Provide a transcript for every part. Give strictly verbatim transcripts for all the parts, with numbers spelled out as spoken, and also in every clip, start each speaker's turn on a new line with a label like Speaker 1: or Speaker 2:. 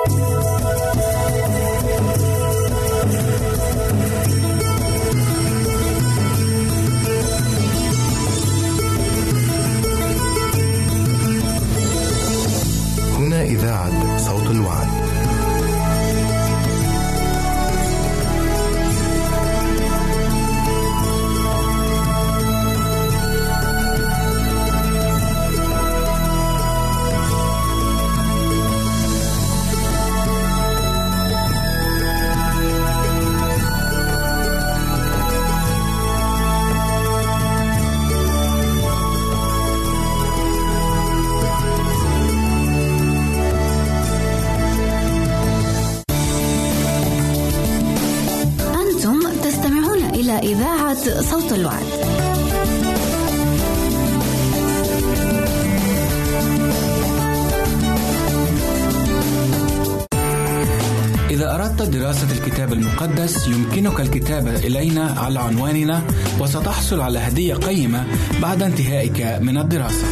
Speaker 1: هنا إذاعة صوت الوعد.
Speaker 2: إذاعة صوت الوعد.
Speaker 3: إذا أردت دراسة الكتاب المقدس يمكنك الكتابة إلينا على عنواننا، وستحصل على هدية قيمة بعد انتهائك من الدراسة.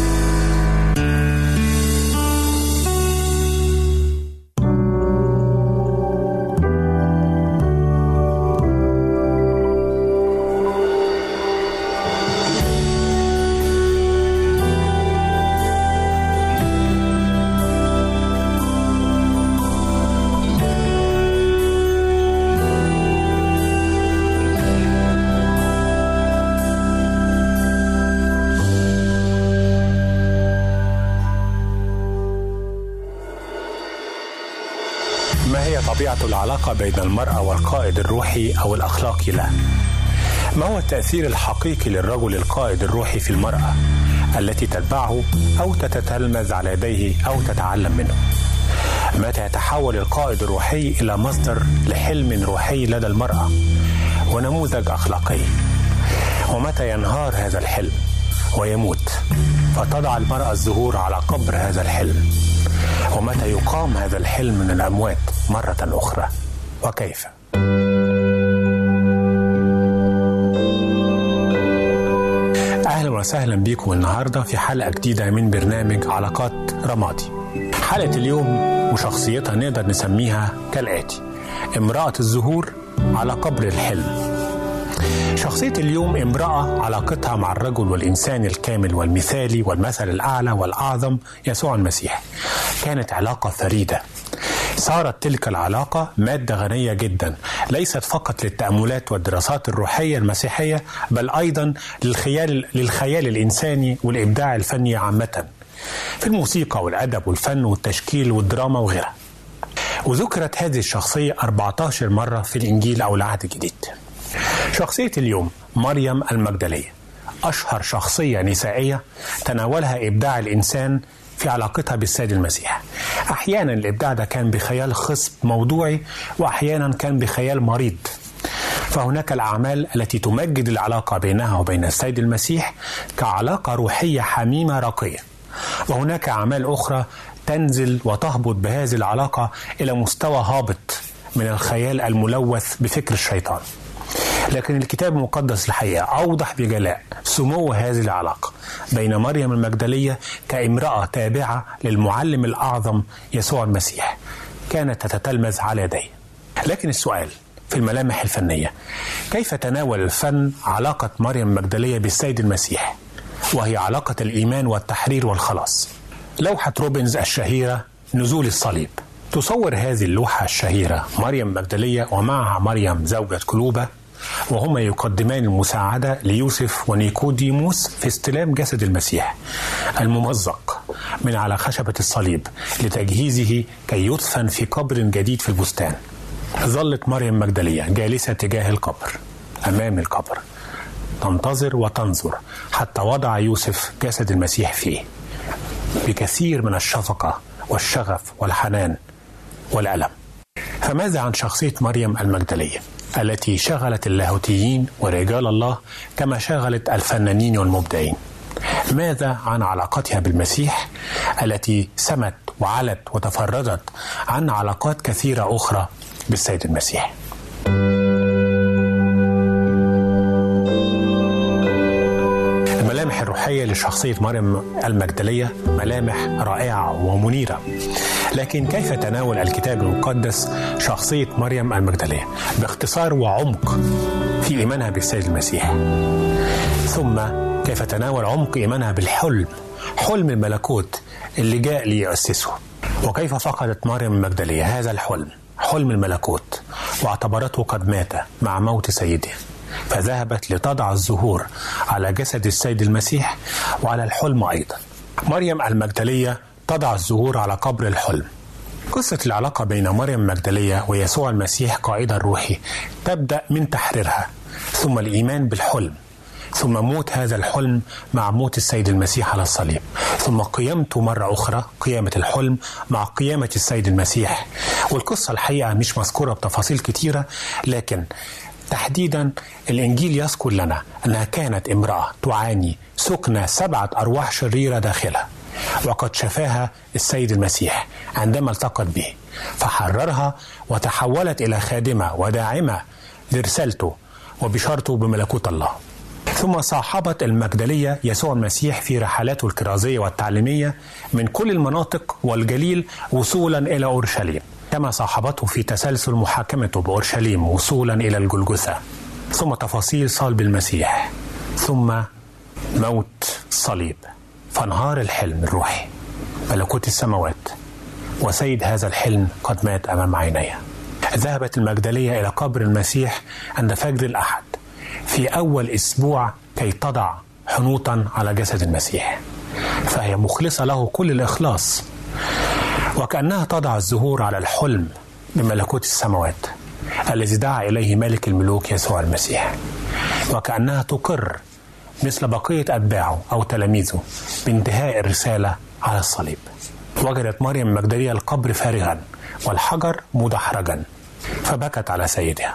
Speaker 4: ما هي طبيعة العلاقة بين المرأة والقائد الروحي أو الأخلاقي له؟ ما هو التأثير الحقيقي للرجل القائد الروحي في المرأة التي تتبعه أو تتتلمذ على يديه أو تتعلم منه؟ متى يتحول القائد الروحي إلى مصدر لحلم روحي لدى المرأة ونموذج أخلاقي؟ ومتى ينهار هذا الحلم ويموت فتضع المرأة الزهور على قبر هذا الحلم؟ ومتى يقام هذا الحلم من الأموات مرة أخرى؟ وكيف؟ أهلا وسهلا بكم النهاردة في حلقة جديدة من برنامج علاقات رمادي. حلقة اليوم وشخصيتها نقدر نسميها كالآتي: امرأة الزهور على قبر الحلم. شخصية اليوم امرأة علاقتها مع الرجل والإنسان الكامل والمثالي والمثل الأعلى والأعظم يسوع المسيح كانت علاقة فريدة. صارت تلك العلاقة مادة غنية جدا، ليست فقط للتأملات والدراسات الروحية المسيحية، بل أيضا للخيال, للخيال الإنساني والإبداع الفني عامة في الموسيقى والأدب والفن والتشكيل والدراما وغيرها. وذكرت هذه الشخصية أربعة عشر مرة في الإنجيل أو العهد الجديد. شخصية اليوم مريم المجدلية، أشهر شخصية نسائية تناولها إبداع الإنسان في علاقتها بالسيد المسيح. أحيانا الإبداع ده كان بخيال خصب موضوعي، وأحيانا كان بخيال مريض. فهناك الأعمال التي تمجد العلاقة بينها وبين السيد المسيح كعلاقة روحية حميمة راقية، وهناك أعمال أخرى تنزل وتهبط بهذه العلاقة إلى مستوى هابط من الخيال الملوث بفكر الشيطان. لكن الكتاب المقدس الحقيقة أوضح بجلاء سمو هذه العلاقة بين مريم المجدلية كامرأة تابعة للمعلم الأعظم يسوع المسيح كانت تتتلمذ على يديه. لكن السؤال في الملامح الفنية: كيف تناول الفن علاقة مريم المجدلية بالسيد المسيح، وهي علاقة الإيمان والتحرير والخلاص؟ لوحة روبنز الشهيرة نزول الصليب تصور هذه اللوحة الشهيرة مريم المجدلية ومعها مريم زوجة كلوبة، وهما يقدمان المساعدة ليوسف ونيكوديموس في استلام جسد المسيح الممزق من على خشبة الصليب لتجهيزه كي يدفن في قبر جديد في البستان. ظلت مريم المجدلية جالسة تجاه القبر أمام القبر تنتظر وتنظر حتى وضع يوسف جسد المسيح فيه بكثير من الشفقة والشغف والحنان والألم. فماذا عن شخصية مريم المجدلية التي شغلت اللاهوتيين ورجال الله كما شغلت الفنانين والمبدعين؟ ماذا عن علاقتها بالمسيح التي سمت وعلت وتفردت عن علاقات كثيرة أخرى بالسيد المسيح؟ الملامح الروحية الروحية لشخصية مريم المجدلية ملامح رائعة ومنيرة، لكن كيف تناول الكتاب المقدس شخصية مريم المجدلية باختصار وعمق في إيمانها بالسيد المسيح؟ ثم كيف تناول عمق إيمانها بالحلم، حلم الملكوت اللي جاء ليؤسسه؟ وكيف فقدت مريم المجدلية هذا الحلم، حلم الملكوت، واعتبرته قد مات مع موت سيدها، فذهبت لتضع الزهور على جسد السيد المسيح وعلى الحلم أيضا. مريم المجدلية تضع الزهور على قبر الحلم. قصة العلاقة بين مريم المجدلية ويسوع المسيح قائدها الروحي تبدأ من تحريرها، ثم الإيمان بالحلم، ثم موت هذا الحلم مع موت السيد المسيح على الصليب، ثم قيامته مرة أخرى، قيامة الحلم مع قيامة السيد المسيح. والقصة الحقيقة مش مذكورة بتفاصيل كتيرة، لكن تحديدا الإنجيل يذكر لنا أنها كانت امرأة تعاني سكنة سبعة أرواح شريرة داخلها، وقد شفاها السيد المسيح عندما التقت به، فحررها وتحولت إلى خادمة وداعمة لرسالته وبشارته بملكوت الله. ثم صاحبت المجدلية يسوع المسيح في رحلاته الكرازية والتعليمية من كل المناطق والجليل وصولا إلى أورشليم، كما صاحبته في تسلسل محاكمته بأورشليم وصولا إلى الجلجثة، ثم تفاصيل صلب المسيح، ثم موت الصليب، فانهار الحلم الروحي ملكوت السماوات، وسيد هذا الحلم قد مات أمام عينيها. ذهبت المجدلية إلى قبر المسيح عند فجر الأحد في أول أسبوع كي تضع حنوطا على جسد المسيح، فهي مخلصة له كل الإخلاص، وكأنها تضع الزهور على الحلم بملكوت السماوات الذي دعا إليه ملك الملوك يسوع المسيح، وكأنها تقر مثل بقية أتباعه أو تلاميذه بانتهاء الرسالة على الصليب. وجدت مريم المجدلية القبر فارغا والحجر مدحرجا، فبكت على سيدها،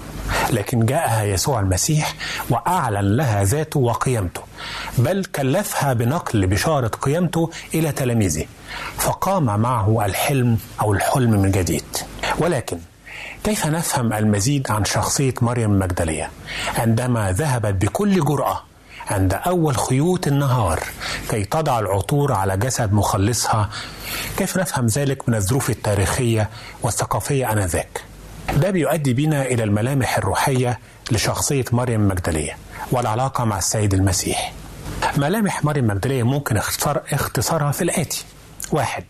Speaker 4: لكن جاءها يسوع المسيح وأعلن لها ذاته وقيامته، بل كلفها بنقل بشارة قيامته إلى تلاميذه، فقام معه الحلم أو الحلم من جديد. ولكن كيف نفهم المزيد عن شخصية مريم المجدلية عندما ذهبت بكل جرأة عند أول خيوط النهار كي تضع العطور على جسد مخلصها؟ كيف نفهم ذلك من الظروف التاريخية والثقافية آنذاك؟ ده بيؤدي بنا إلى الملامح الروحية لشخصية مريم المجدلية والعلاقة مع السيد المسيح. ملامح مريم المجدلية ممكن اختصار اختصارها في الآتي: واحد،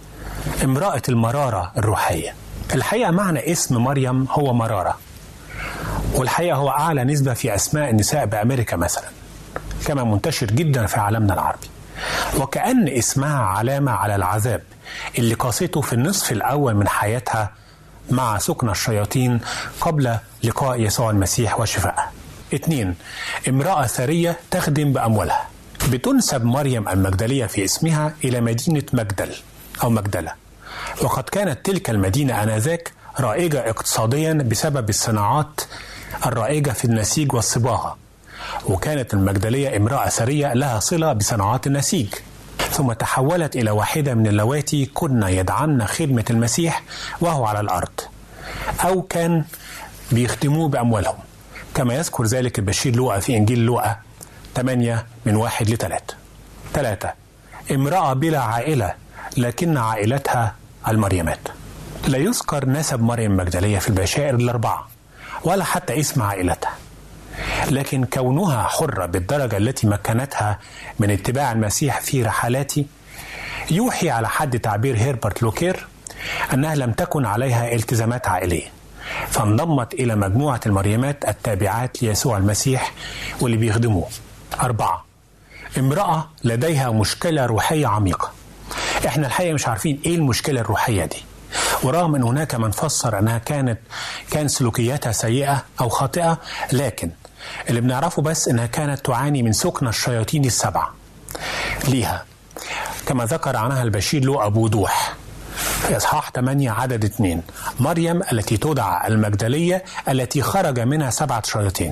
Speaker 4: امرأة المرارة الروحية. الحقيقة معنى اسم مريم هو مرارة، والحقيقة هو أعلى نسبة في أسماء النساء بأمريكا مثلا، كما منتشر جدا في عالمنا العربي، وكأن اسمها علامة على العذاب اللي قاسته في النصف الأول من حياتها مع سكن الشياطين قبل لقاء يسوع المسيح وشفائها. اثنين، امرأة ثرية تخدم بأموالها. بتنسب مريم المجدلية في اسمها إلى مدينة مجدل أو مجدلة، وقد كانت تلك المدينة آنذاك رائجة اقتصاديا بسبب الصناعات الرائجة في النسيج والصباغة، وكانت المجدلية امرأة ثرية لها صلة بصناعات النسيج، ثم تحولت إلى واحدة من اللواتي كن يدعمن خدمة المسيح وهو على الأرض، أو كان بيخدموه بأموالهم، كما يذكر ذلك البشير لوقا في إنجيل لوقا ثمانية من واحد لثلاثة. ثلاثة، امرأة بلا عائلة لكن عائلتها المريمات. لا يذكر نسب مريم المجدلية في البشائر الأربعة ولا حتى اسم عائلتها، لكن كونها حرة بالدرجة التي مكنتها من اتباع المسيح في رحلاته يوحي على حد تعبير هيربرت لوكير أنها لم تكن عليها التزامات عائلية، فانضمت إلى مجموعة المريمات التابعات ليسوع المسيح واللي بيخدموه. أربعة، امرأة لديها مشكلة روحية عميقة. احنا الحقيقة مش عارفين ايه المشكلة الروحية دي، ورغم ان هناك من فسر انها كانت كان سلوكياتها سيئة او خاطئة، لكن اللي بنعرفه بس انها كانت تعاني من سكن الشياطين السبعة ليها، كما ذكر عنها البشير لوقا بوضوح في اصحاح ثمانية عدد اثنين: مريم التي تدعى المجدلية التي خرج منها سبعة شياطين.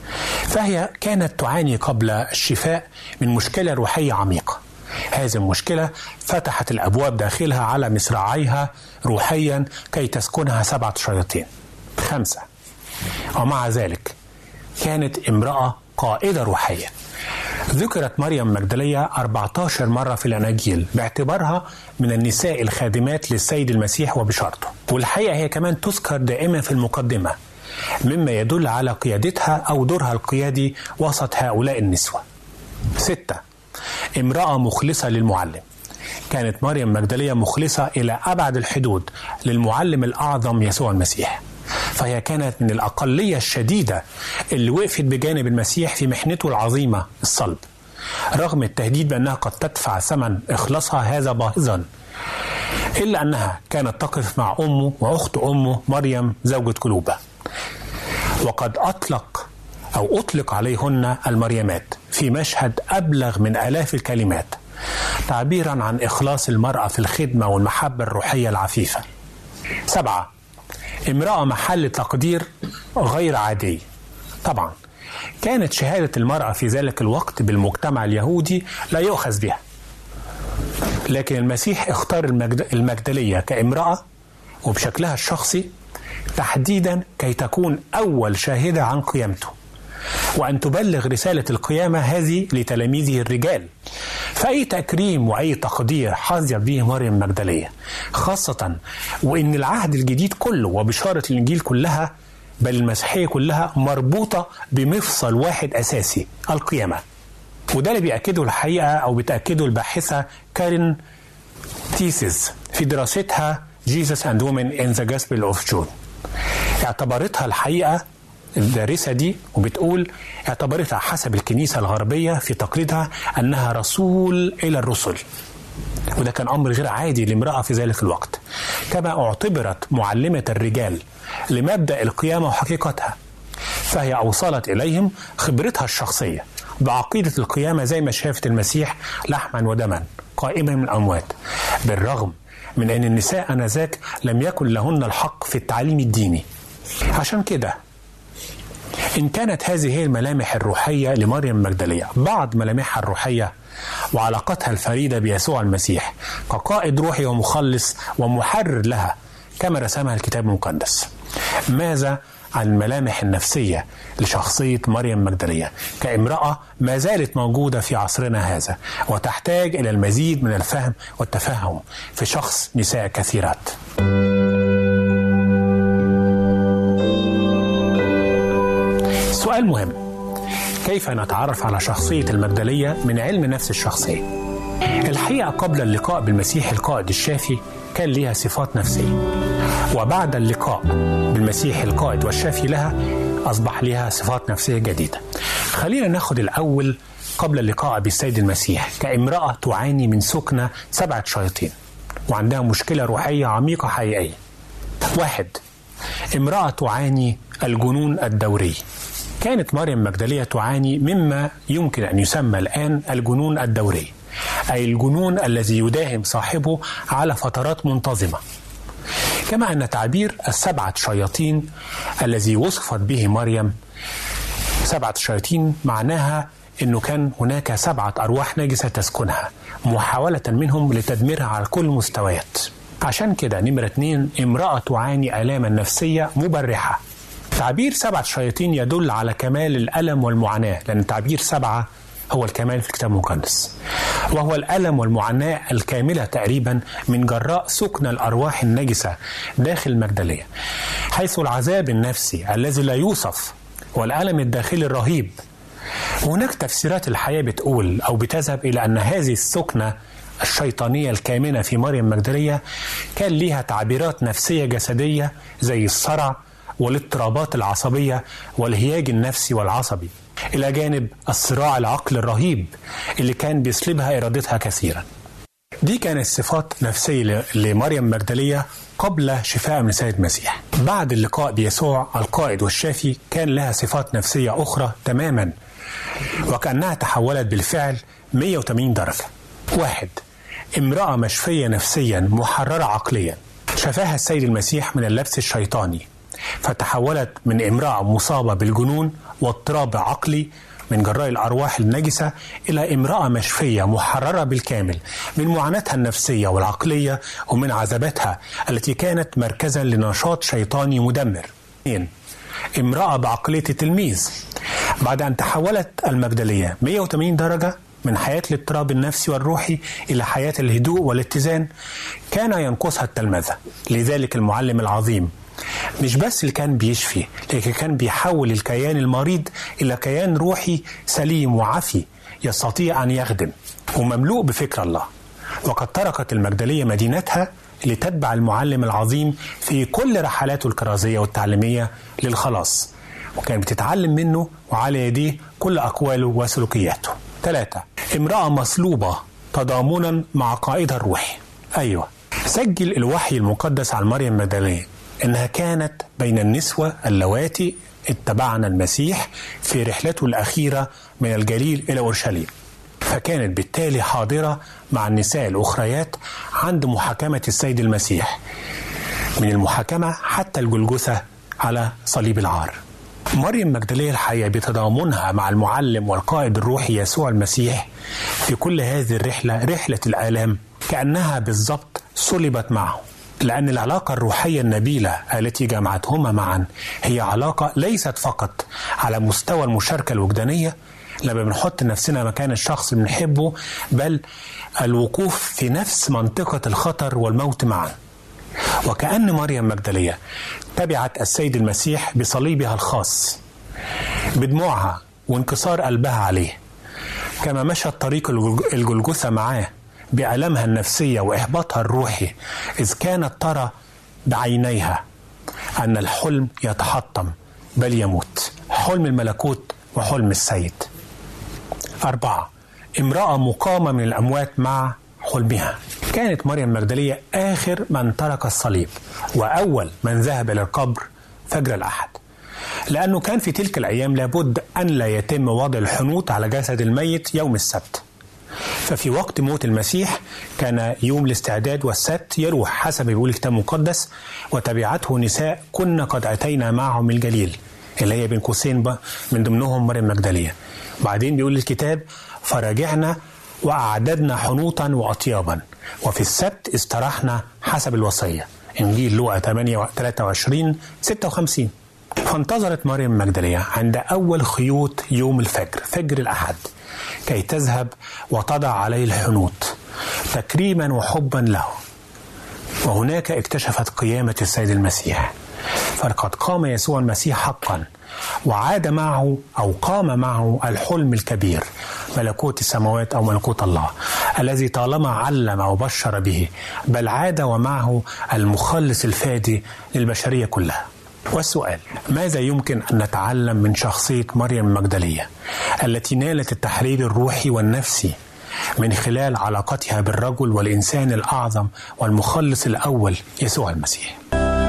Speaker 4: فهي كانت تعاني قبل الشفاء من مشكلة روحية عميقة. هذه المشكلة فتحت الأبواب داخلها على مصراعيها روحيا كي تسكنها سبعة شياطين. خمسة، ومع ذلك كانت امرأة قائدة روحية ذكرت مريم مجدلية أربعة عشر مرة في الأناجيل باعتبارها من النساء الخادمات للسيد المسيح وبشارته، والحقيقة هي كمان تذكر دائما في المقدمة، مما يدل على قيادتها أو دورها القيادي وسط هؤلاء النسوة. ستة، امرأة مخلصة للمعلم. كانت مريم مجدلية مخلصة إلى أبعد الحدود للمعلم الأعظم يسوع المسيح، فهي كانت من الأقلية الشديدة اللي وقفت بجانب المسيح في محنته العظيمة الصلب، رغم التهديد بأنها قد تدفع ثمن إخلاصها هذا باهظا، إلا أنها كانت تقف مع أمه وأخت أمه مريم زوجة كلوبة. وقد أطلق أو أطلق عليهن المريمات في مشهد أبلغ من آلاف الكلمات، تعبيرا عن إخلاص المرأة في الخدمة والمحبة الروحية العفيفة. سبعة، امرأة محل تقدير غير عادي. طبعا كانت شهادة المرأة في ذلك الوقت بالمجتمع اليهودي لا يؤخذ بها، لكن المسيح اختار المجدلية كامرأة وبشكلها الشخصي تحديدا كي تكون أول شاهدة عن قيامته، وأن تبلغ رسالة القيامة هذه لتلاميذه الرجال. فأي تكريم وأي تقدير حظيت به مريم مجدلية، خاصة وإن العهد الجديد كله وبشارة الإنجيل كلها بل المسيحية كلها مربوطة بمفصل واحد أساسي، القيامة. وده اللي بيأكده الحقيقة أو بتأكده الباحثة كارين تيسيس في دراستها Jesus and Women in the Gospel of John. اعتبرتها الحقيقة الدارسة دي وبتقول اعتبرتها حسب الكنيسة الغربية في تقليدها أنها رسول إلى الرسل، وده كان أمر غير عادي لامرأة في ذلك الوقت، كما اعتبرت معلمة الرجال لمبدأ القيامة وحقيقتها، فهي أوصلت إليهم خبرتها الشخصية بعقيدة القيامة زي ما شافت المسيح لحما ودما قائما من الأموات، بالرغم من أن النساء آنذاك لم يكن لهن الحق في التعليم الديني. عشان كده إن كانت هذه هي الملامح الروحية لمريم مجدلية، بعض ملامحها الروحية وعلاقتها الفريدة بيسوع المسيح كقائد روحي ومخلص ومحرر لها كما رسمها الكتاب المقدس، ماذا عن الملامح النفسية لشخصية مريم مجدلية كامرأة ما زالت موجودة في عصرنا هذا وتحتاج إلى المزيد من الفهم والتفهم في شخص نساء كثيرات؟ سؤال مهم: كيف نتعرف على شخصية المجدلية من علم نفس الشخصية؟ الحقيقة قبل اللقاء بالمسيح القائد الشافي كان لها صفات نفسية، وبعد اللقاء بالمسيح القائد والشافي لها أصبح لها صفات نفسية جديدة. خلينا ناخد الأول قبل اللقاء بالسيد المسيح كامرأة تعاني من سكنة سبعة شياطين وعندها مشكلة روحية عميقة حقيقية. واحد، امرأة تعاني الجنون الدوري. كانت مريم مجدلية تعاني مما يمكن أن يسمى الآن الجنون الدوري، أي الجنون الذي يداهم صاحبه على فترات منتظمة. كما أن تعبير السبعة شياطين الذي وصفت به مريم سبعة شياطين معناها أنه كان هناك سبعة أرواح نجسة تسكنها محاولة منهم لتدميرها على كل المستويات. عشان كده نمرة اتنين، امرأة تعاني آلاما نفسية مبرحة. تعبير سبعة شياطين يدل على كمال الألم والمعاناة، لأن تعبير سبعة هو الكمال في الكتاب المقدس، وهو الألم والمعاناة الكاملة تقريبا من جراء سكن الأرواح النجسة داخل المجدلية، حيث العذاب النفسي الذي لا يوصف والألم الداخلي الرهيب. وهناك تفسيرات الحياة بتقول أو بتذهب إلى أن هذه السكنة الشيطانية الكامنة في مريم مجدلية كان لها تعبيرات نفسية جسدية زي الصرع والاضطرابات العصبية والهياج النفسي والعصبي، إلى جانب الصراع العقل الرهيب اللي كان بيسلبها إرادتها كثيرا. دي كانت صفات نفسية لمريم مجدلية قبل شفاء من السيد المسيح. بعد اللقاء بيسوع القائد والشافي كان لها صفات نفسية أخرى تماما، وكأنها تحولت بالفعل مئة وثمانين درجة. واحد، امرأة مشفية نفسيا محررة عقليا. شفاها السيد المسيح من اللبس الشيطاني، فتحولت من امرأة مصابة بالجنون واضطراب عقلي من جراء الأرواح النجسة إلى امرأة مشفية محررة بالكامل من معاناتها النفسية والعقلية ومن عذاباتها التي كانت مركزا لنشاط شيطاني مدمر. اثنين، امرأة بعقلية التلميذ. بعد أن تحولت المجدلية مئة وثمانين درجة من حياة الاضطراب النفسي والروحي إلى حياة الهدوء والاتزان، كان ينقصها التلمذة. لذلك المعلم العظيم مش بس اللي كان بيشفي، لكن كان بيحول الكيان المريض إلى كيان روحي سليم وعافي يستطيع أن يخدم ومملوء بفكر الله. وقد تركت المجدلية مدينتها لتتبع المعلم العظيم في كل رحلاته الكرازية والتعليمية للخلاص، وكانت بتتعلم منه وعلى يديه كل أقواله وسلوكياته. ثلاثة، امرأة مصلوبة تضامنا مع قائدها الروحي. أيوة، سجل الوحي المقدس عن مريم المجدلية إنها كانت بين النسوة اللواتي اتبعنا المسيح في رحلته الأخيرة من الجليل إلى أورشليم، فكانت بالتالي حاضرة مع النساء الأخريات عند محاكمة السيد المسيح، من المحاكمة حتى الجلجثة على صليب العار. مريم المجدلية الحقيقة بتضامنها مع المعلم والقائد الروحي يسوع المسيح في كل هذه الرحلة، رحلة الآلام، كأنها بالضبط صلبت معه، لأن العلاقة الروحية النبيلة التي جمعتهما معا هي علاقة ليست فقط على مستوى المشاركة الوجدانية لما بنحط نفسنا مكان الشخص اللي بنحبه، بل الوقوف في نفس منطقة الخطر والموت معا. وكأن مريم المجدلية تبعت السيد المسيح بصليبها الخاص بدموعها وانكسار قلبها عليه، كما مشت طريق الجلجثة معاه بألمها النفسية وإحباطها الروحي، إذ كانت ترى بعينيها أن الحلم يتحطم بل يموت، حلم الملكوت وحلم السيد. أربعة، امرأة مقامة من الأموات مع حلمها. كانت مريم المجدلية آخر من ترك الصليب وأول من ذهب إلى القبر فجر الأحد، لأنه كان في تلك الأيام لابد أن لا يتم وضع الحنوط على جسد الميت يوم السبت، ففي وقت موت المسيح كان يوم الاستعداد والسبت يروح حسب بيقول الكتاب المقدس، وتبعته نساء كنا قد أتينا معهم الجليل، اللي هي بين قوسين من ضمنهم مريم المجدلية. بعدين بيقول الكتاب فرجعنا وأعددنا حنوطا وأطيابا وفي السبت استراحنا حسب الوصية، إنجيل لوقا ثمانية ثلاثة وعشرين ستة وخمسين. فانتظرت مريم المجدلية عند أول خيوط يوم الفجر، فجر الأحد، كي تذهب وتضع عليه الحنوط تكريما وحبا له. وهناك اكتشفت قيامة السيد المسيح، فقد قام يسوع المسيح حقا، وعاد معه أو قام معه الحلم الكبير، ملكوت السماوات أو ملكوت الله الذي طالما علم وبشر به، بل عاد ومعه المخلص الفادي للبشرية كلها. والسؤال، ماذا يمكن أن نتعلم من شخصية مريم المجدلية التي نالت التحرير الروحي والنفسي من خلال علاقتها بالرجل والإنسان الأعظم والمخلص الأول يسوع المسيح؟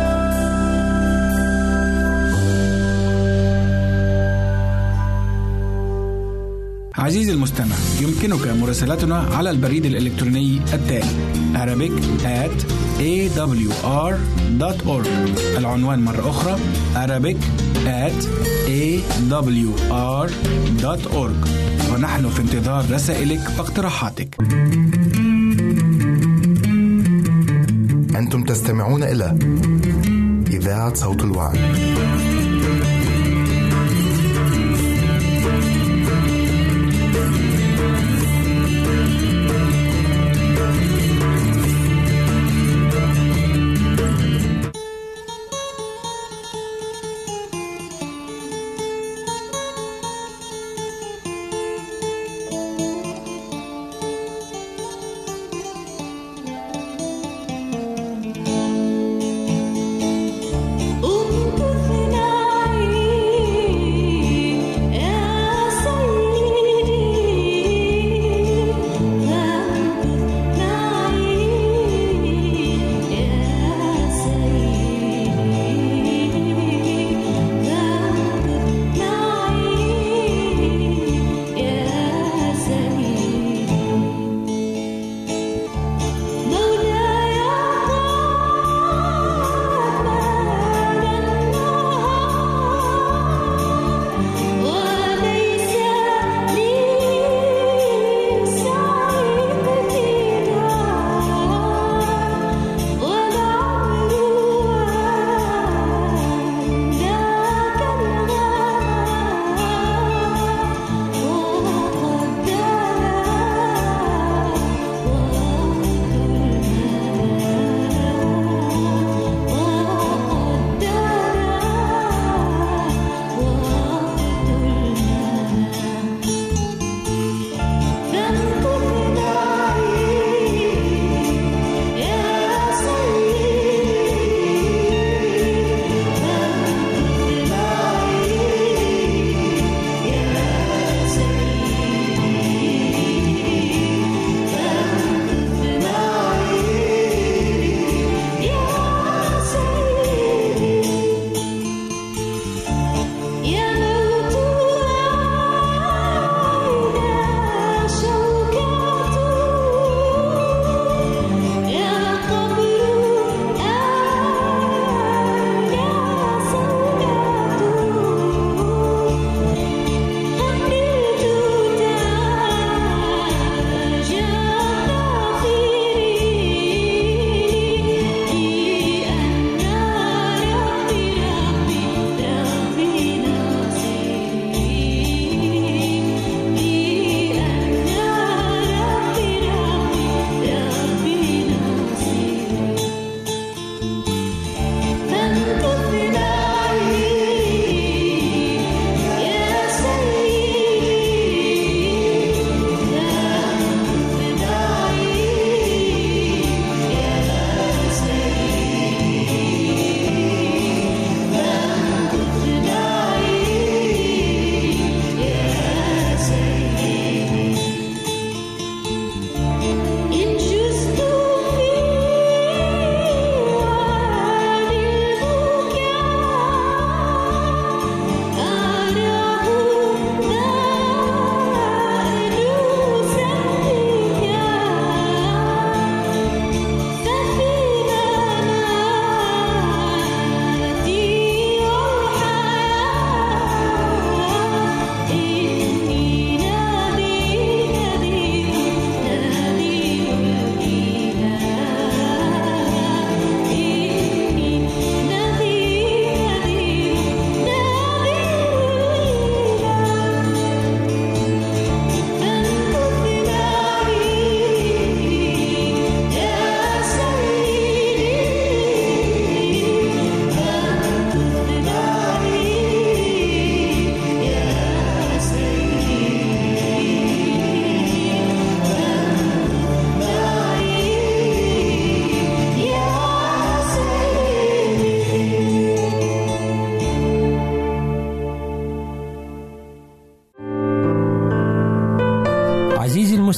Speaker 3: عزيزي المستمع، يمكنك مراسلتنا على البريد الإلكتروني التالي arabic at a w r dot org. العنوان مرة أخرى arabic at a w r dot org، ونحن في انتظار رسائلك واقتراحاتك.
Speaker 1: أنتم تستمعون إلى إذاعة صوت الوعد.
Speaker 2: أنقذنا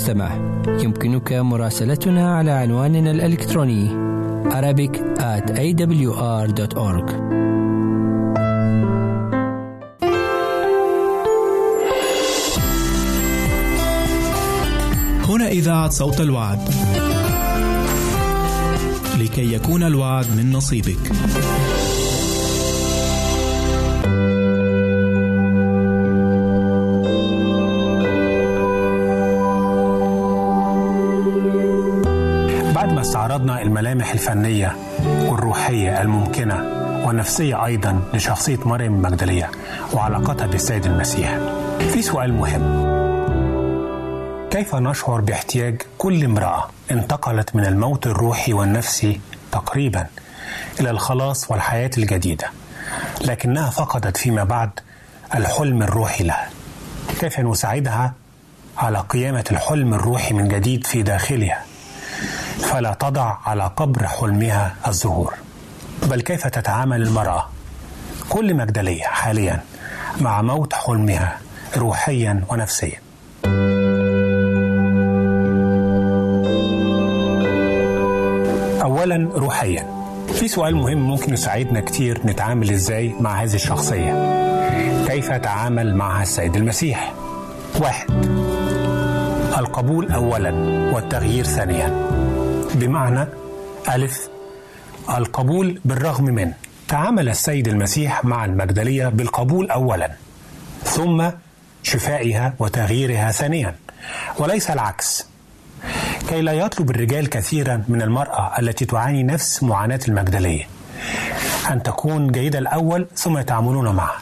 Speaker 2: المستمع، يمكنك مراسلتنا على عنواننا الإلكتروني arabic at a w r dot org.
Speaker 5: هنا إذاعة صوت الوعد، لكي يكون الوعد من نصيبك.
Speaker 4: بعد ما استعرضنا الملامح الفنية والروحية الممكنة والنفسية أيضا لشخصية مريم المجدلية وعلاقتها بالسيد المسيح، في سؤال مهم: كيف نشعر باحتياج كل امرأة انتقلت من الموت الروحي والنفسي تقريبا إلى الخلاص والحياة الجديدة، لكنها فقدت فيما بعد الحلم الروحي لها؟ كيف نساعدها على قيامة الحلم الروحي من جديد في داخلها، فلا تضع على قبر حلمها الزهور؟ بل كيف تتعامل المرأة كل مجدلية حاليا مع موت حلمها روحيا ونفسيا؟ أولا روحيا، في سؤال مهم ممكن يساعدنا كتير نتعامل إزاي مع هذه الشخصية. كيف تعامل معها السيد المسيح؟ واحد، القبول أولا والتغيير ثانيا. بمعنى ألف، القبول بالرغم من. تعامل السيد المسيح مع المجدلية بالقبول أولا، ثم شفائها وتغييرها ثانيا، وليس العكس، كي لا يطلب الرجال كثيرا من المرأة التي تعاني نفس معاناة المجدلية أن تكون جيدة الأول ثم يتعاملون معها.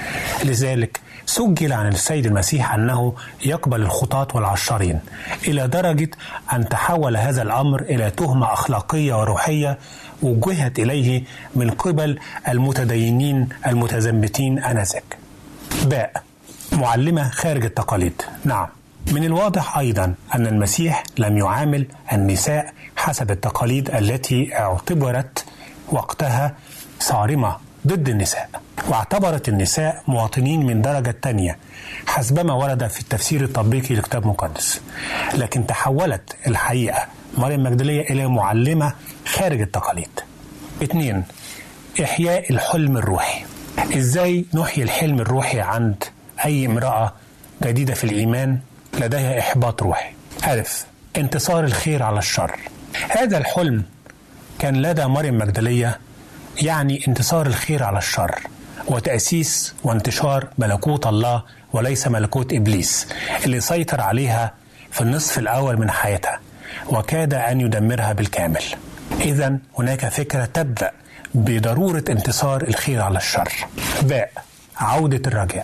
Speaker 4: لذلك سجل عن السيد المسيح أنه يقبل الخطاة والعشارين، إلى درجة أن تحول هذا الأمر إلى تهمة أخلاقية وروحية وجهت إليه من قبل المتدينين المتزمتين آنذاك. باء، معلمة خارج التقاليد. نعم، من الواضح أيضا أن المسيح لم يعامل النساء حسب التقاليد التي اعتبرت وقتها صارمة ضد النساء، واعتبرت النساء مواطنين من درجة تانية حسبما ورد في التفسير التطبيقي للكتاب المقدس. لكن تحولت الحقيقة مريم المجدلية إلى معلمة خارج التقاليد. اثنين، إحياء الحلم الروحي. إزاي نحيي الحلم الروحي عند أي امرأة جديدة في الإيمان لديها إحباط روحي؟ ألف، انتصار الخير على الشر. هذا الحلم كان لدى مريم المجدلية يعني انتصار الخير على الشر وتأسيس وانتشار ملكوت الله وليس ملكوت إبليس اللي سيطر عليها في النصف الأول من حياتها وكاد أن يدمرها بالكامل. إذن هناك فكرة تبدأ بضرورة انتصار الخير على الشر. باء، عودة الرجاء.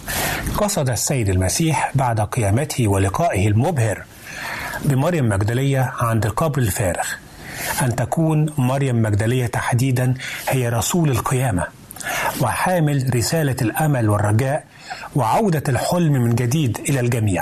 Speaker 4: قصد السيد المسيح بعد قيامته ولقائه المبهر بمريم المجدلية عند القبر الفارغ أن تكون مريم المجدلية تحديدا هي رسول القيامة وحامل رسالة الأمل والرجاء وعودة الحلم من جديد إلى الجميع،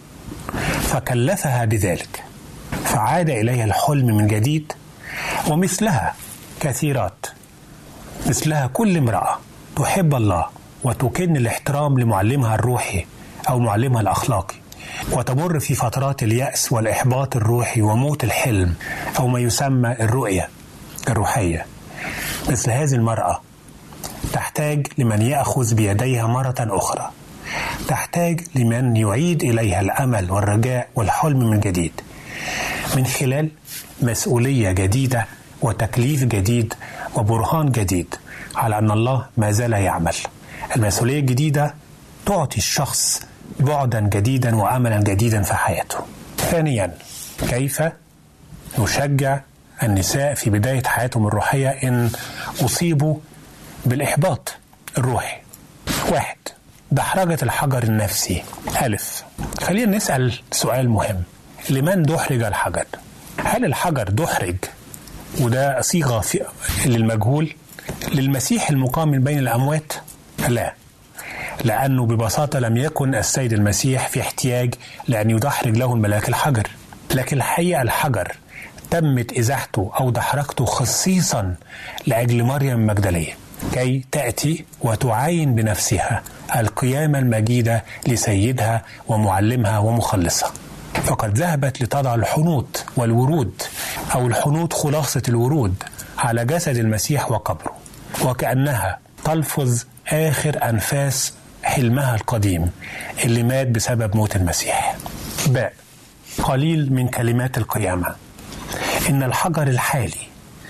Speaker 4: فكلفها بذلك، فعاد إليها الحلم من جديد. ومثلها كثيرات، مثلها كل امرأة تحب الله وتكن الاحترام لمعلمها الروحي أو معلمها الأخلاقي، وتمر في فترات اليأس والإحباط الروحي وموت الحلم أو ما يسمى الرؤية الروحية. مثل هذه المرأة تحتاج لمن يأخذ بيديها مرة أخرى، تحتاج لمن يعيد إليها الأمل والرجاء والحلم من جديد من خلال مسؤولية جديدة وتكليف جديد وبرهان جديد على أن الله ما زال يعمل. المسؤولية الجديدة تعطي الشخص بعدا جديدا وأملا جديدا في حياته. ثانيا، كيف نشجع النساء في بداية حياتهم الروحية إن أصيبوا بالإحباط الروحي؟ واحد، دحرجة الحجر النفسي. ألف، خلينا نسأل سؤال مهم: لمن دحرج الحجر؟ هل الحجر دحرج وده صيغة للمجهول للمسيح المقام من بين الأموات؟ لا، لأنه ببساطة لم يكن السيد المسيح في احتياج لأن يدحرج له الملاك الحجر، لكن الحقيقة الحجر تمت إزاحته أو دحرجته خصيصا لأجل مريم المجدلية كي تأتي وتعاين بنفسها القيامة المجيدة لسيدها ومعلمها ومخلصها. فقد ذهبت لتضع الحنوط والورود أو الحنوط خلاصة الورود على جسد المسيح وقبره، وكأنها تلفظ آخر أنفاس حلمها القديم اللي مات بسبب موت المسيح. باء قليل من كلمات القيامة. إن الحجر الحالي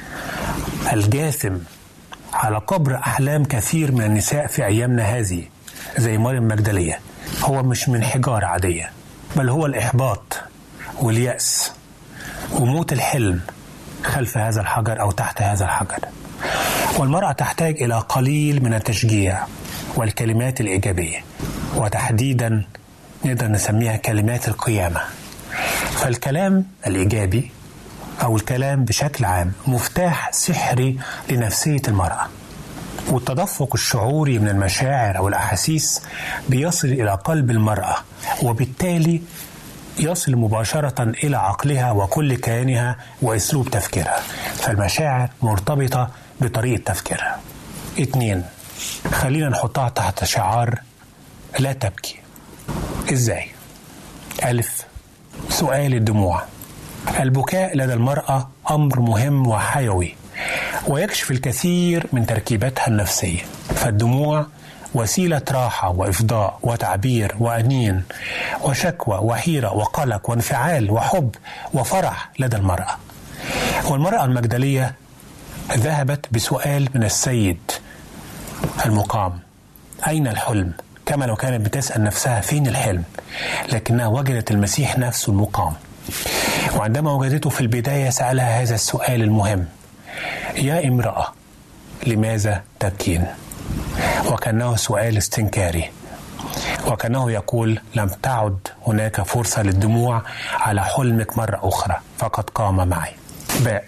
Speaker 4: الجاثم على قبر أحلام كثير من النساء في أيامنا هذه زي مريم مجدلية هو مش من حجارة عادية، بل هو الإحباط واليأس وموت الحلم خلف هذا الحجر أو تحت هذا الحجر. والمرأة تحتاج إلى قليل من التشجيع والكلمات الإيجابية، وتحديدا نقدر نسميها كلمات القيامة. فالكلام الإيجابي أو الكلام بشكل عام مفتاح سحري لنفسية المرأة، والتدفق الشعوري من المشاعر أو الأحاسيس بيصل إلى قلب المرأة، وبالتالي يصل مباشرة إلى عقلها وكل كيانها وأسلوب تفكيرها. فالمشاعر مرتبطة بطريقة تفكيرها. اتنين، خلينا نحطها تحت شعار لا تبكي. إزاي؟ ألف، سؤال الدموع. البكاء لدى المرأة أمر مهم وحيوي، ويكشف الكثير من تركيباتها النفسية. فالدموع وسيلة راحة وإفضاء وتعبير وأنين وشكوى وحيرة وقلق وانفعال وحب وفرح لدى المرأة. والمرأة المجدلية ذهبت بسؤال من السيد المقام: أين الحلم؟ كما لو كانت بتسأل نفسها فين الحلم، لكنها وجدت المسيح نفسه المقام. وعندما وجدته في البداية سألها هذا السؤال المهم: يا امرأة لماذا تبكين؟ وكأنه سؤال استنكاري، وكأنه يقول لم تعد هناك فرصة للدموع على حلمك مرة أخرى، فقد قام معي. باء،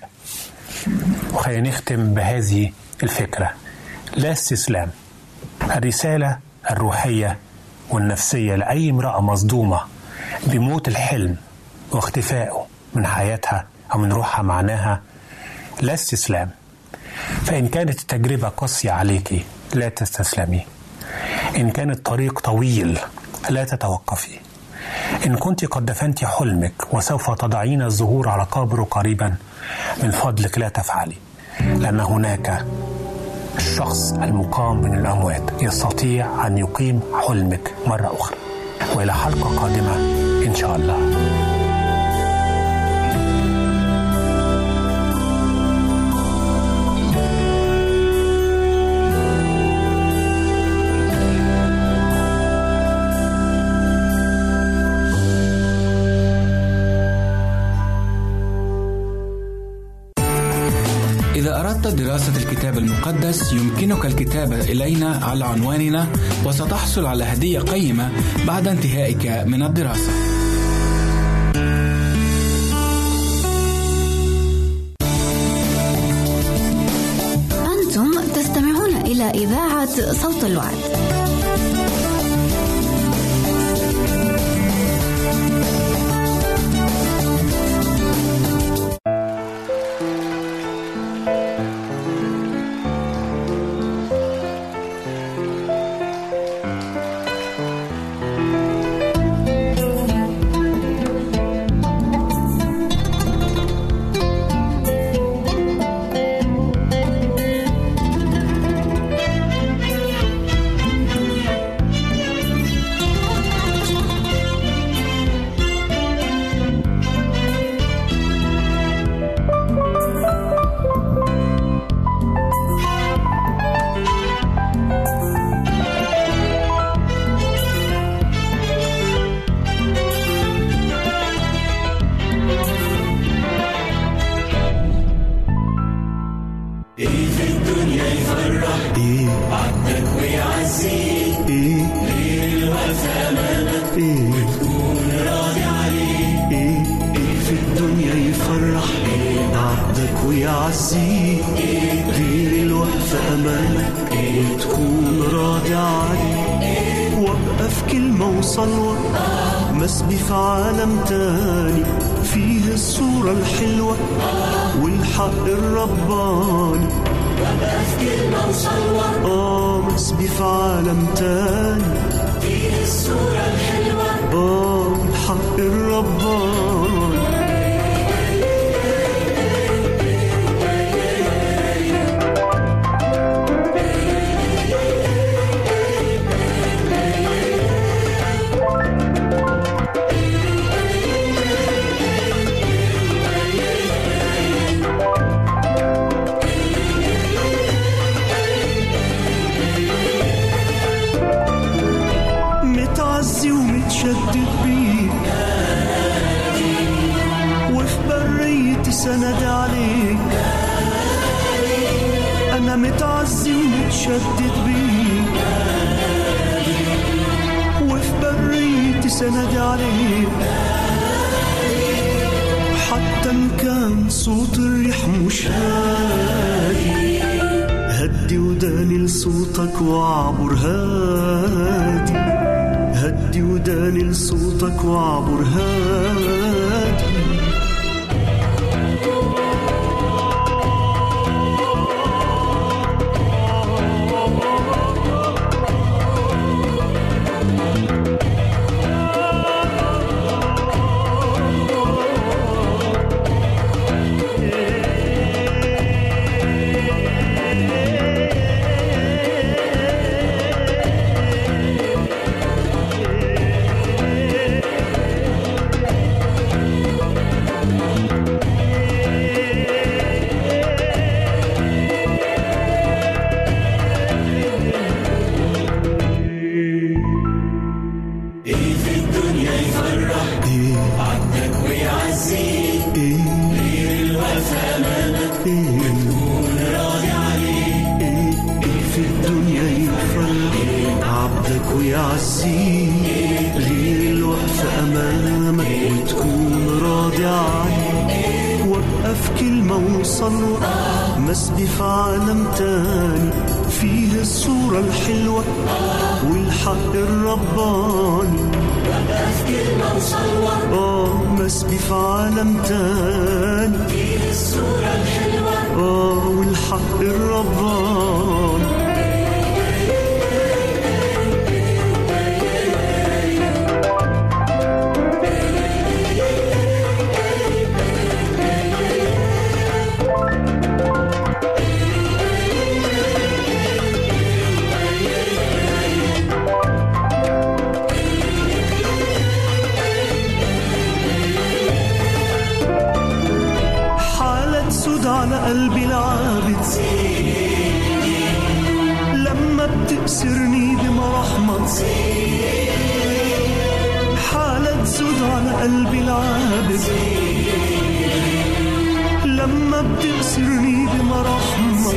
Speaker 4: وخلينا نختم بهذه الفكرة: لا استسلام. الرسالة الروحية والنفسية لأي امرأة مصدومة بموت الحلم واختفائه من حياتها أو من روحها معناها لا استسلام. فإن كانت التجربة قاسية عليك لا تستسلمي. إن كان الطريق طويل لا تتوقفي. إن كنت قد دفنت حلمك وسوف تضعين الزهور على قبره قريبا، من فضلك لا تفعلي، لأن هناك الشخص المقام من الأموات يستطيع أن يقيم حلمك مرة أخرى. وإلى حلقة قادمة إن شاء الله.
Speaker 3: إذا أردت دراسة الكتاب المقدس يمكنك الكتابة إلينا على عنواننا، وستحصل على هدية قيمة بعد انتهائك من الدراسة.
Speaker 6: أنتم تستمعون إلى إذاعة صوت الوعد.
Speaker 7: مسبي في عالم تاني فيه الصورة الحلوة والحق الرباني. وابقى في كلمة وصلوة آه مسبي في عالم تاني فيه الصورة الحلوة آه والحق الرباني. متعزي ومتشدد بيك وفي بريتي سند عليك. أنا متعزي ومتشدد بيك وفي بريتي سند عليك. حتى إن كان صوت الريح مش هادي، هدي وداني لصوتك وعبر هادي. هدي وداني لصوتك وعبر هادي. مسبي في عالم تاني فيه الصورة الحلوة والحق الرباني. وقف كلمة وصلوة آه مسبي في عالم تاني فيه الصورة الحلوة آه والحق الرباني. على قلبي العابد لما بتأسرني بمرحمة. حالة زود على قلبي العابد لما بتأسرني بمرحمة.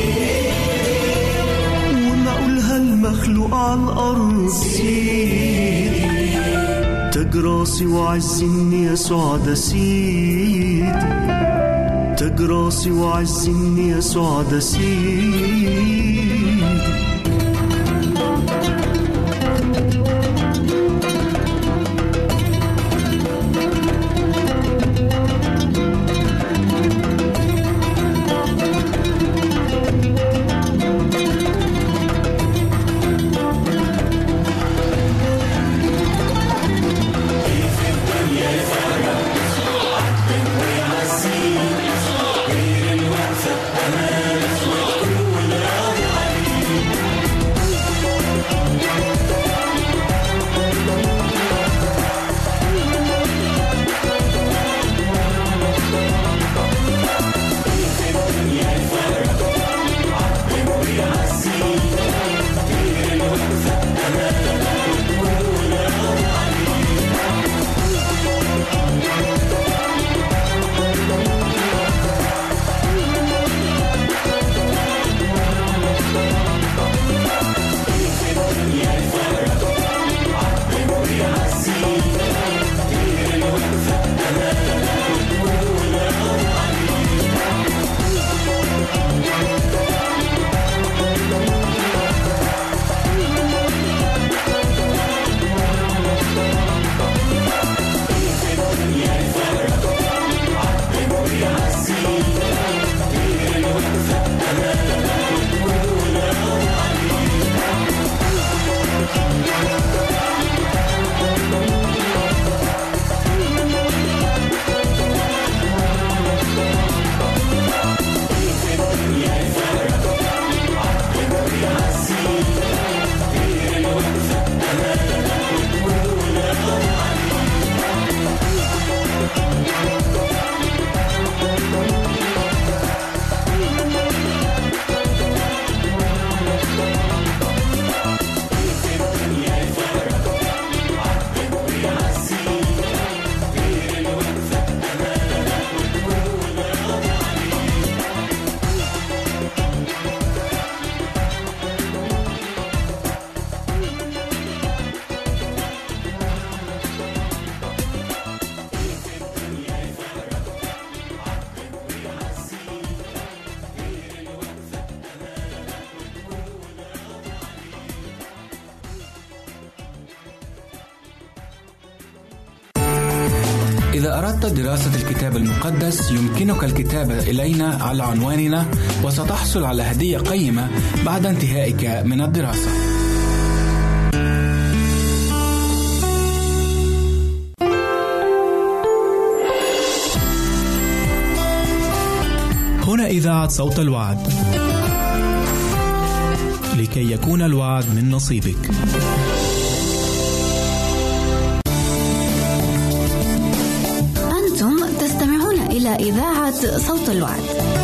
Speaker 7: وما أقولها المخلوق على الأرض سيدي تاج راسي وعزني يسوع ده سيدي. تاج راسي وعزني يسوع ده سيدي.
Speaker 8: غير الوقفة أمامك وتكون راضي
Speaker 3: إذا أردت دراسة الكتاب المقدس يمكنك الكتابة إلينا على عنواننا، وستحصل على هدية قيمة بعد انتهائك من الدراسة.
Speaker 5: هنا إذاعة صوت الوعد، لكي يكون الوعد من نصيبك.
Speaker 6: أنتم تستمعون إلى إذاعة صوت الوعد.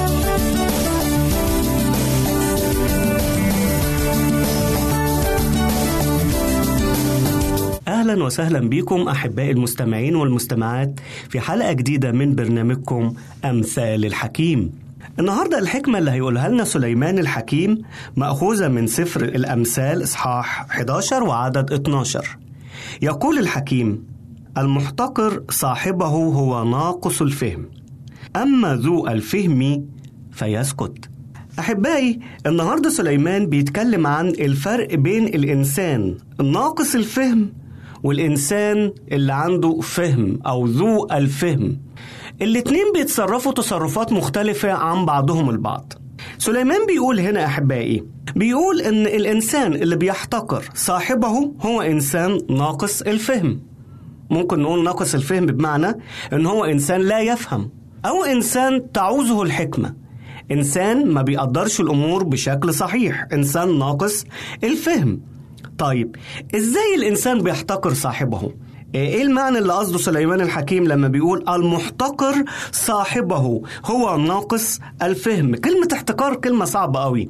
Speaker 8: أهلا وسهلا بكم أحبائي المستمعين والمستمعات في حلقة جديدة من برنامجكم أمثال الحكيم. النهاردة الحكمة اللي هيقولها لنا سليمان الحكيم مأخوذة من سفر الأمثال إصحاح إحدى عشر وعدد اثني عشر. يقول الحكيم: المحتقر صاحبه هو ناقص الفهم، أما ذو الفهم فيسكت. أحبائي، النهاردة سليمان بيتكلم عن الفرق بين الإنسان ناقص الفهم والإنسان اللي عنده فهم أو ذو الفهم. الاتنين بيتصرفوا تصرفات مختلفة عن بعضهم البعض. سليمان بيقول هنا أحبائي، بيقول إن الإنسان اللي بيحتقر صاحبه هو إنسان ناقص الفهم. ممكن نقول ناقص الفهم بمعنى إن هو إنسان لا يفهم، أو إنسان تعوزه الحكمة، إنسان ما بيقدرش الأمور بشكل صحيح، إنسان ناقص الفهم. طيب إزاي الإنسان بيحتقر صاحبه؟ إيه المعنى اللي قصده سليمان الحكيم لما بيقول المحتقر صاحبه هو ناقص الفهم؟ كلمة احتقار كلمة صعبة قوي،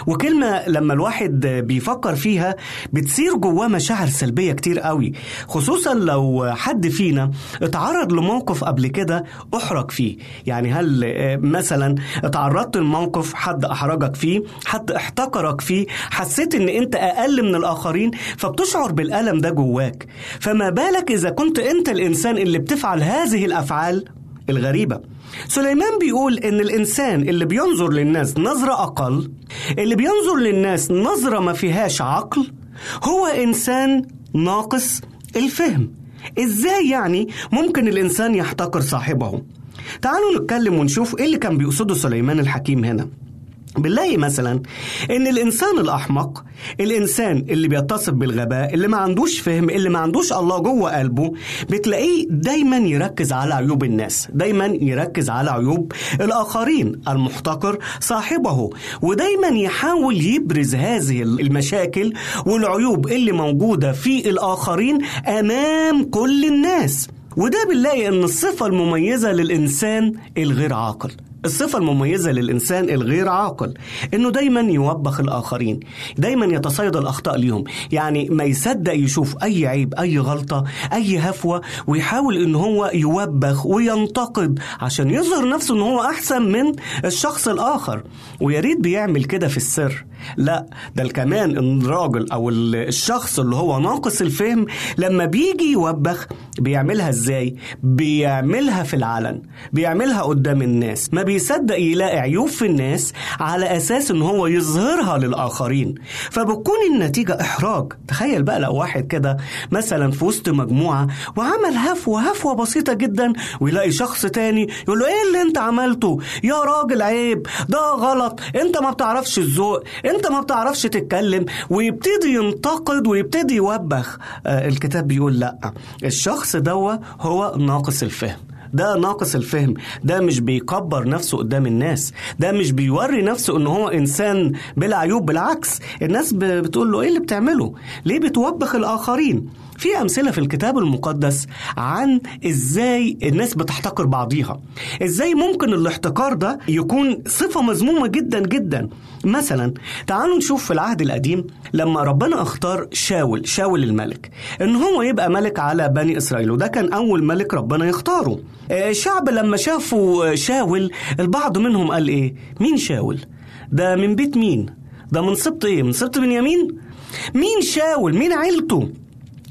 Speaker 8: وكلمة لما الواحد بيفكر فيها بتصير جواه مشاعر سلبية كتير قوي، خصوصا لو حد فينا اتعرض لموقف قبل كده احرج فيه. يعني هل مثلا اتعرضت لموقف حد احرجك فيه، حد احتقرك فيه، حسيت ان انت اقل من الاخرين، فبتشعر بالألم ده جواك. فما بالك اذا كنت انت الانسان اللي بتفعل هذه الافعال الغريبة. سليمان بيقول إن الإنسان اللي بينظر للناس نظرة أقل، اللي بينظر للناس نظرة ما فيهاش عقل، هو إنسان ناقص الفهم. إزاي يعني ممكن الإنسان يحتقر صاحبه؟ تعالوا نتكلم ونشوف إيه اللي كان بيقصده سليمان الحكيم هنا. بنلاقي مثلا ان الانسان الاحمق، الانسان اللي بيتصف بالغباء، اللي ما عندوش فهم، اللي ما عندوش الله جوه قلبه، بتلاقيه دايما يركز على عيوب الناس، دايما يركز على عيوب الاخرين. المحتقر صاحبه، ودايما يحاول يبرز هذه المشاكل والعيوب اللي موجودة في الاخرين امام كل الناس. وده بنلاقي ان الصفة المميزة للانسان الغير عاقل، الصفة المميزة للإنسان الغير عاقل إنه دايما يوبخ الآخرين، دايما يتصيد الأخطاء ليهم. يعني ما يصدق يشوف أي عيب، أي غلطة، أي هفوة، ويحاول إنه هو يوبخ وينتقد عشان يظهر نفسه إنه هو أحسن من الشخص الآخر. ويريد بيعمل كده في السر، لا ده كمان الراجل أو الشخص اللي هو ناقص الفهم لما بيجي يوبخ بيعملها إزاي؟ بيعملها في العلن، بيعملها قدام الناس، ما بيصدق يلاقي عيوب في الناس على أساس إن هو يظهرها للآخرين، فبتكون النتيجة إحراج. تخيل بقى لو واحد كده مثلا في وسط مجموعة وعمل هفوة هفوة بسيطة جدا، ويلاقي شخص تاني يقول له إيه اللي أنت عملته؟ يا راجل عيب، ده غلط، أنت ما بتعرفش الذوق، أنت ما بتعرفش تتكلم، ويبتدي ينتقد ويبتدي يوبخ. آه الكتاب بيقول لأ، الشخص دوا هو ناقص الفهم، ده ناقص الفهم، ده مش بيكبر نفسه قدام الناس، ده مش بيوري نفسه انه هو انسان بلا عيوب. بالعكس، الناس بتقول له ايه اللي بتعمله؟ ليه بتوبخ الاخرين؟ في أمثلة في الكتاب المقدس عن إزاي الناس بتحتقر بعضيها، إزاي ممكن الاحتقار ده يكون صفة مذمومة جدا جدا. مثلا تعالوا نشوف في العهد القديم لما ربنا اختار شاول شاول الملك إن هو يبقى ملك على بني إسرائيل، وده كان أول ملك ربنا يختاره. الشعب لما شافوا شاول البعض منهم قال إيه؟ مين شاول؟ ده من بيت مين؟ ده من سبط إيه؟ من سبط بنيامين؟ مين شاول؟ مين عيلته؟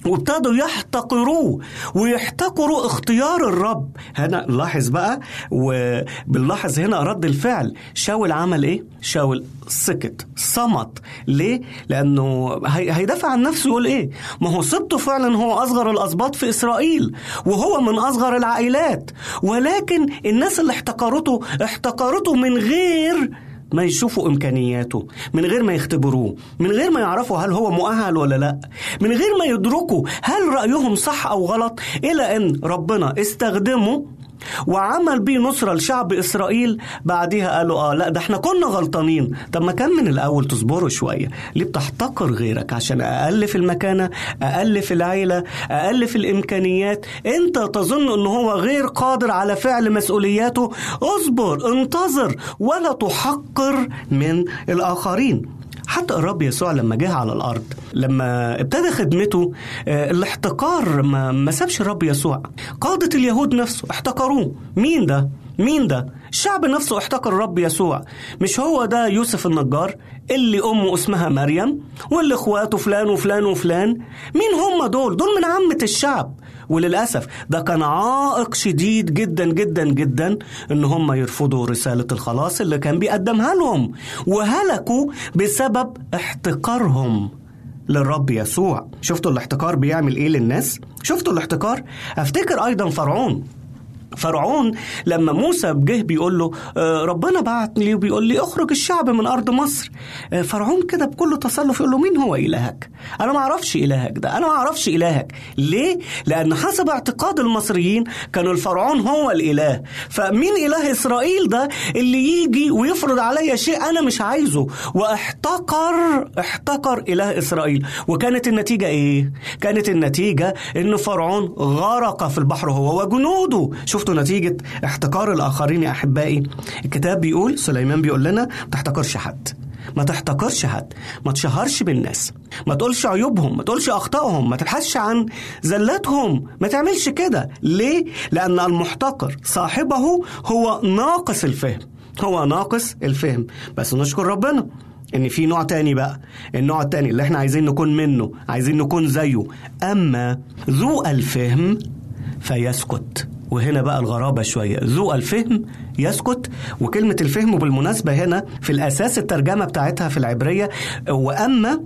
Speaker 8: وابتدوا يحتقروه ويحتقروا اختيار الرب. هنا لاحظ بقى، وبنلاحظ هنا رد الفعل. شاول عمل ايه؟ شاول سكت، صمت. ليه؟ لأنه هيدافع عن نفسه. يقول ايه؟ ما هو سبته فعلا هو أصغر الأسباط في إسرائيل، وهو من أصغر العائلات، ولكن الناس اللي احتقرته احتقرته من غير ما يشوفوا إمكانياته، من غير ما يختبروه، من غير ما يعرفوا هل هو مؤهل ولا لا، من غير ما يدركوا هل رأيهم صح أو غلط، إلى أن ربنا استخدمه وعمل بيه نصرة لشعب إسرائيل. بعدها قالوا آه لا ده احنا كنا غلطانين. طب ما كان من الأول تصبروا شوية. ليه بتحتقر غيرك عشان أقل في المكانة، أقل في العيلة، أقل في الإمكانيات؟ أنت تظن أنه هو غير قادر على فعل مسؤولياته؟ اصبر، انتظر، ولا تحقر من الآخرين. حتى الرب يسوع لما جه على الأرض، لما ابتدى خدمته، الاحتقار ما, ما سابش الرب يسوع. قادة اليهود نفسه احتقروه. مين ده؟ مين ده؟ الشعب نفسه احتقر الرب يسوع. مش هو ده يوسف النجار اللي أمه اسمها مريم واللي اخواته فلان وفلان وفلان؟ مين هم دول؟ دول من عامة الشعب. وللأسف ده كان عائق شديد جدا جدا جدا ان هم يرفضوا رسالة الخلاص اللي كان بيقدمها لهم، وهلكوا بسبب احتقارهم للرب يسوع. شفتوا الاحتقار بيعمل ايه للناس؟ شفتوا الاحتقار؟ افتكر ايضا فرعون. فرعون لما موسى جه بيقول له ربنا بعت لي وبيقول لي اخرج الشعب من أرض مصر، فرعون كده بكل تصلف يقول له مين هو إلهك؟ أنا ما أعرفش إلهك ده، أنا ما أعرفش إلهك. ليه؟ لأن حسب اعتقاد المصريين كان الفرعون هو الإله. فمين إله إسرائيل ده اللي يجي ويفرض عليا شيء أنا مش عايزه؟ واحتقر احتقر إله إسرائيل. وكانت النتيجة إيه؟ كانت النتيجة إن فرعون غرق في البحر هو وجنوده. شفتوا نتيجة احتقار الآخرين يا أحبائي؟ الكتاب بيقول، سليمان بيقول لنا ما تحتقرش حد، ما تحتقرش حد، ما تشهرش بالناس، ما تقولش عيوبهم، ما تقولش أخطائهم، ما تبحثش عن زلاتهم، ما تعملش كده. ليه؟ لأن المحتقر صاحبه هو ناقص الفهم، هو ناقص الفهم. بس نشكر ربنا إن في نوع تاني بقى، النوع التاني اللي احنا عايزين نكون منه، عايزين نكون زيه. أما ذو الفهم فيسكت. وهنا بقى الغرابة شوية، ذو الفهم يسكت. وكلمة الفهم بالمناسبة هنا في الأساس الترجمة بتاعتها في العبرية وأما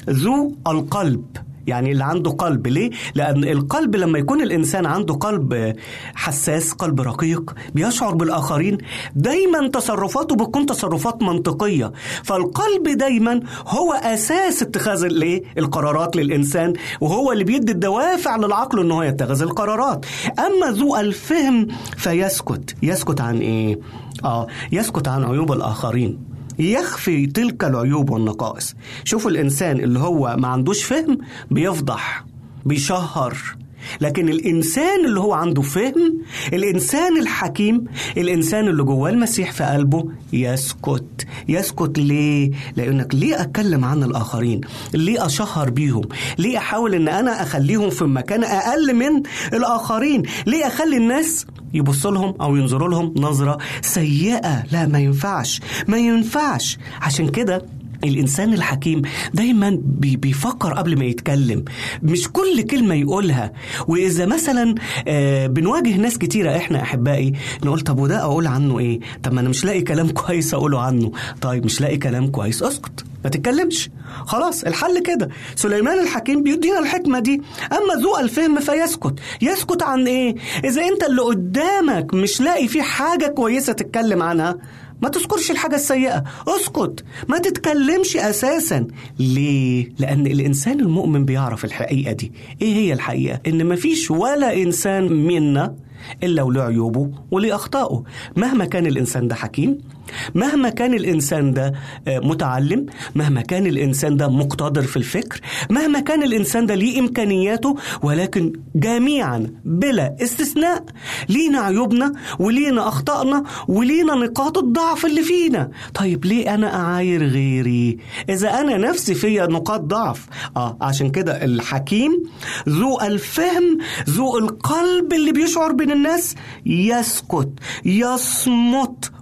Speaker 8: ذو القلب، يعني اللي عنده قلب. ليه؟ لأن القلب لما يكون الإنسان عنده قلب حساس، قلب رقيق، بيشعر بالآخرين، دايما تصرفاته بتكون تصرفات منطقية. فالقلب دايما هو أساس اتخاذ القرارات للإنسان، وهو اللي بيدي الدوافع للعقل أنه يتخذ القرارات. أما ذو الفهم فيسكت. يسكت عن إيه؟ آه يسكت عن عيوب الآخرين، يخفي تلك العيوب والنقائص. شوفوا الإنسان اللي هو ما عندوش فهم بيفضح، بيشهر. لكن الإنسان اللي هو عنده فهم، الإنسان الحكيم، الإنسان اللي جواه المسيح في قلبه، يسكت. يسكت ليه؟ لأنك ليه أتكلم عن الآخرين؟ ليه أشهر بيهم؟ ليه أحاول أن أنا أخليهم في مكان أقل من الآخرين؟ ليه أخلي الناس يبص لهم أو ينظروا لهم نظرة سيئة؟ لا، ما ينفعش، ما ينفعش. عشان كده الإنسان الحكيم دايما بيفكر قبل ما يتكلم، مش كل كلمة يقولها. وإذا مثلا بنواجه ناس كتيرة إحنا أحبائي نقول طب وده أقول عنه إيه؟ طب ما أنا مش لاقي كلام كويس أقوله عنه. طيب مش لاقي كلام كويس، أسكت، ما تتكلمش، خلاص الحل كده. سليمان الحكيم بيدينا الحكمة دي. أما ذو الفهم فيسكت. يسكت عن إيه؟ إذا أنت اللي قدامك مش لاقي فيه حاجة كويسة تتكلم عنها، ما تذكرش الحاجة السيئة، اسكت، ما تتكلمش أساسا. ليه؟ لأن الإنسان المؤمن بيعرف الحقيقة دي. إيه هي الحقيقة؟ إن مفيش ولا إنسان منا إلا وله عيوبه وليه أخطائه. مهما كان الإنسان ده حكيم، مهما كان الإنسان ده متعلم، مهما كان الإنسان ده مقتدر في الفكر، مهما كان الإنسان ده ليه إمكانياته، ولكن جميعا بلا استثناء لينا عيوبنا ولينا أخطائنا ولينا نقاط الضعف اللي فينا. طيب ليه أنا أعاير غيري إذا أنا نفسي فيها نقاط ضعف؟ آه عشان كده الحكيم ذو الفهم، ذو القلب اللي بيشعر بين الناس، يسكت، يصمت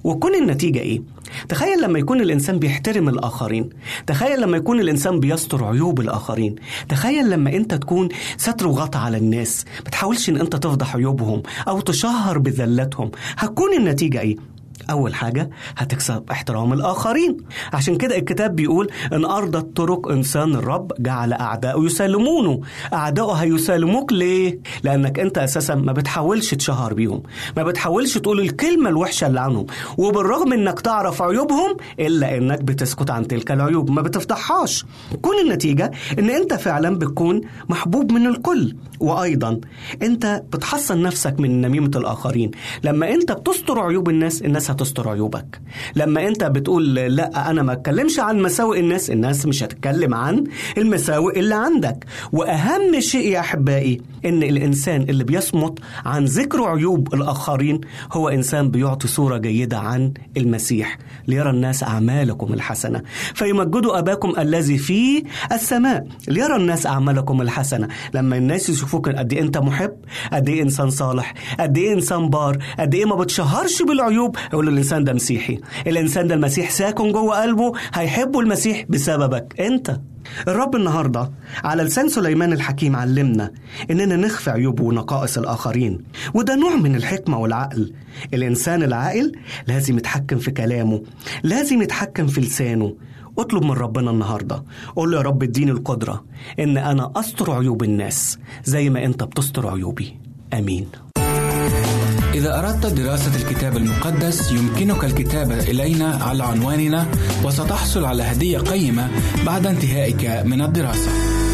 Speaker 8: وكون النتيجة إيه؟ تخيل لما يكون الإنسان بيحترم الآخرين، تخيل لما يكون الإنسان بيستر عيوب الآخرين، تخيل لما أنت تكون ستر وغطى على الناس، بتحاولش أن أنت تفضح عيوبهم أو تشهر بذلتهم. هتكون النتيجة إيه؟ أول حاجة هتكسب احترام الآخرين. عشان كده الكتاب بيقول إن أرضت طرق إنسان الرب جعل أعداءه يسالمونه. أعداءه هيسالموك ليه؟ لأنك أنت أساسا ما بتحاولش تشهر بيهم، ما بتحاولش تقول الكلمة الوحشة اللي عنهم، وبالرغم إنك تعرف عيوبهم إلا إنك بتسكت عن تلك العيوب، ما بتفضحهاش. كون النتيجة إن أنت فعلا بتكون محبوب من الكل. وأيضا أنت بتحصن نفسك من نميمة الآخرين. لما أنت بتستر عيوب الناس، الناس هتستر عيوبك. لما أنت بتقول لا أنا ما أتكلمش عن مساوئ الناس، الناس مش هتتكلم عن المساوئ اللي عندك. وأهم شيء يا أحبائي إن الإنسان اللي بيصمت عن ذكر عيوب الآخرين هو إنسان بيعطي صورة جيدة عن المسيح. ليرى الناس أعمالكم الحسنة فيمجدوا أباكم الذي في السماء. ليرى الناس أعمالكم الحسنة. لما الناس يشوفوك قد إيه أنت محب، قد إيه إنسان صالح، قد إيه إنسان بار، قد إيه ما بتشهرش بالعيوب، يقولوا الإنسان ده مسيحي، الإنسان ده المسيح ساكن جوه قلبه، هيحبوا المسيح بسببك أنت. الرب النهاردة على لسان سليمان الحكيم علمنا إننا نخفي عيوب ونقائص الآخرين، وده نوع من الحكمة والعقل. الإنسان العاقل لازم يتحكم في كلامه، لازم يتحكم في لسانه. اطلب من ربنا النهاردة، قول له يا رب اديني القدرة إن أنا أستر عيوب الناس زي ما أنت بتستر عيوبي. أمين.
Speaker 3: إذا أردت دراسة الكتاب المقدس يمكنك الكتابة إلينا على عنواننا، وستحصل على هدية قيمة بعد انتهائك من الدراسة.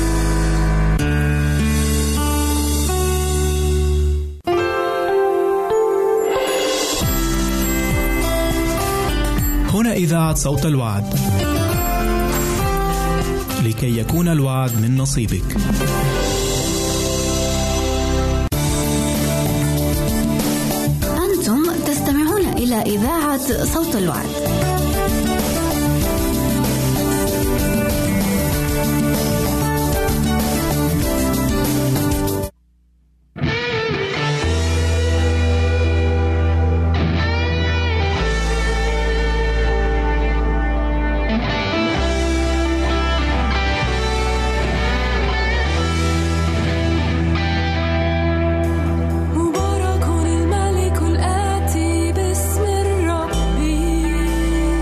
Speaker 5: هنا إذاعة صوت الوعد، لكي يكون الوعد من نصيبك.
Speaker 6: أنتم تستمعون إلى إذاعة صوت الوعد.
Speaker 9: مبارك الملك الآتي باسم الرب.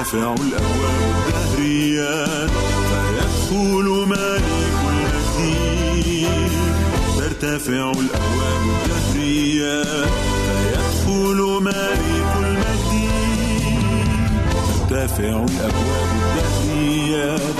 Speaker 9: ترتفع الأبواب الدهريات فيدخل ملك المجد. ترتفع الأبواب الدهريات فيدخل ملك المجد. ترتفع الأبواب الدهريات